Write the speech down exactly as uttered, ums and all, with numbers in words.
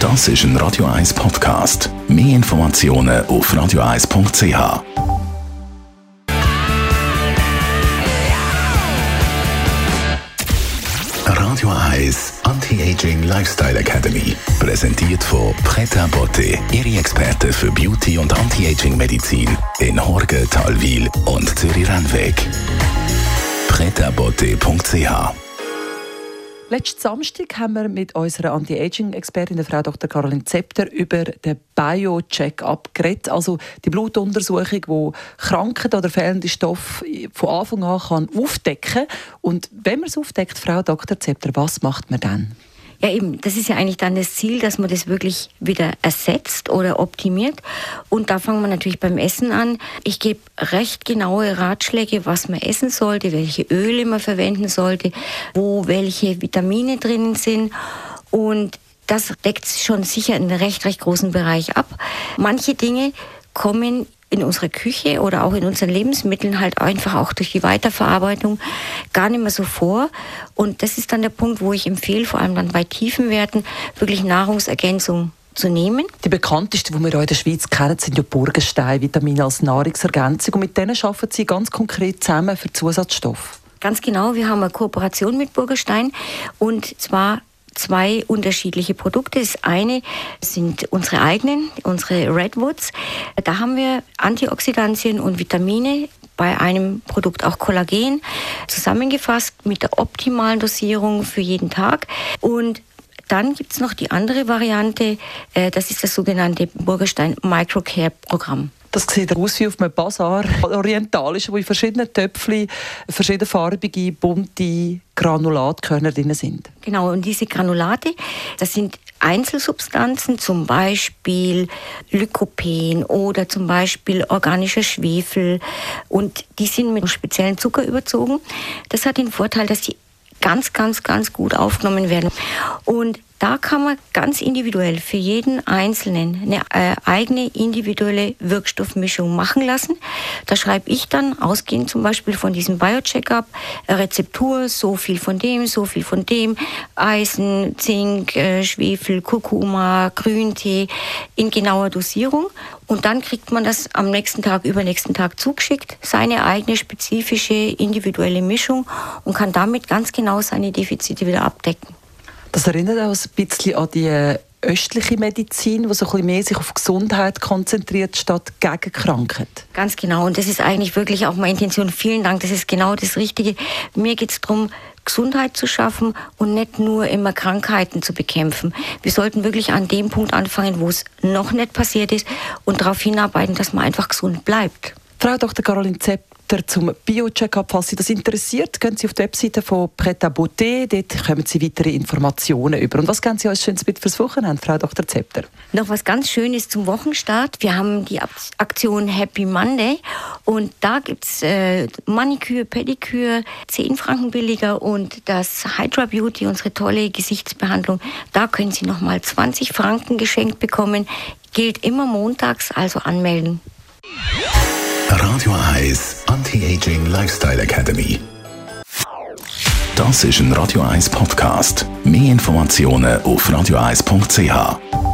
Das ist ein Radio eins Podcast. Mehr Informationen auf radio eins punkt c h. Radio eins Anti-Aging Lifestyle Academy. Präsentiert von Pret à Beauté. Ihre Experten für Beauty- und Anti-Aging-Medizin in Horgen, Talwil und Zürich-Rennweg. pret à beauté punkt c h. Letzten Samstag haben wir mit unserer Anti-Aging-Expertin, Frau Doktor Caroline Zepter, über den Bio-Check-up geredet. Also die Blutuntersuchung, die Krankheiten oder fehlende Stoffe von Anfang an kann aufdecken kann. Und wenn man es aufdeckt, Frau Doktor Zepter, was macht man dann? Ja, eben, das ist ja eigentlich dann das Ziel, dass man das wirklich wieder ersetzt oder optimiert. Und da fangen wir natürlich beim Essen an. Ich gebe recht genaue Ratschläge, was man essen sollte, welche Öle man verwenden sollte, wo welche Vitamine drin sind. Und das deckt schon sicher einen recht, recht großen Bereich ab. Manche Dinge kommen in unserer Küche oder auch in unseren Lebensmitteln halt einfach auch durch die Weiterverarbeitung gar nicht mehr so vor. Und das ist dann der Punkt, wo ich empfehle, vor allem dann bei tiefen Werten, wirklich Nahrungsergänzung zu nehmen. Die bekanntesten, die wir in der Schweiz kennen, sind ja Burgenstein-Vitamine als Nahrungsergänzung. Und mit denen arbeiten Sie ganz konkret zusammen für Zusatzstoffe. Ganz genau, wir haben eine Kooperation mit Burgenstein und zwar zwei unterschiedliche Produkte. Das eine sind unsere eigenen, unsere Redwoods. Da haben wir Antioxidantien und Vitamine, bei einem Produkt auch Kollagen, zusammengefasst mit der optimalen Dosierung für jeden Tag. Und dann gibt es noch die andere Variante, das ist das sogenannte Burgenstein Microcare-Programm. Das sieht aus wie auf einem Bazar, orientalisch, wo in verschiedenen Töpfchen verschiedenfarbige, bunte Granulatkörner drin sind. Genau, und diese Granulate, das sind Einzelsubstanzen, zum Beispiel Lykopen oder zum Beispiel organischer Schwefel. Und die sind mit einem speziellen Zucker überzogen. Das hat den Vorteil, dass die ganz, ganz, ganz gut aufgenommen werden. Und da kann man ganz individuell für jeden Einzelnen eine äh, eigene individuelle Wirkstoffmischung machen lassen. Da schreibe ich dann, ausgehend zum Beispiel von diesem Bio-Check-up, Rezeptur, so viel von dem, so viel von dem, Eisen, Zink, äh, Schwefel, Kurkuma, Grüntee in genauer Dosierung. Und dann kriegt man das am nächsten Tag, übernächsten Tag zugeschickt, seine eigene spezifische individuelle Mischung und kann damit ganz genau seine Defizite wieder abdecken. Das erinnert auch ein bisschen an die östliche Medizin, die so ein bisschen mehr sich auf Gesundheit konzentriert, statt gegen Krankheit. Ganz genau. Und das ist eigentlich wirklich auch meine Intention. Vielen Dank, das ist genau das Richtige. Mir geht es darum, Gesundheit zu schaffen und nicht nur immer Krankheiten zu bekämpfen. Wir sollten wirklich an dem Punkt anfangen, wo es noch nicht passiert ist und darauf hinarbeiten, dass man einfach gesund bleibt. Frau Doktor Caroline Zepter, zum Bio-Check-up, falls Sie das interessiert, gehen Sie auf die Webseite von Pret à Beauté. Dort kommen Sie weitere Informationen über. Und was geben Sie als schönes mit fürs Wochenende, Frau Doktor Zepter? Noch was ganz Schönes zum Wochenstart. Wir haben die Aktion Happy Monday und da gibt es äh, Maniküre, Pediküre, zehn Franken billiger und das Hydra Beauty, unsere tolle Gesichtsbehandlung, da können Sie nochmal zwanzig Franken geschenkt bekommen. Gilt immer montags, also anmelden. Radio eins Anti-Aging Lifestyle Academy. Das ist ein Radio eins Podcast. Mehr Informationen auf radio eins punkt c h.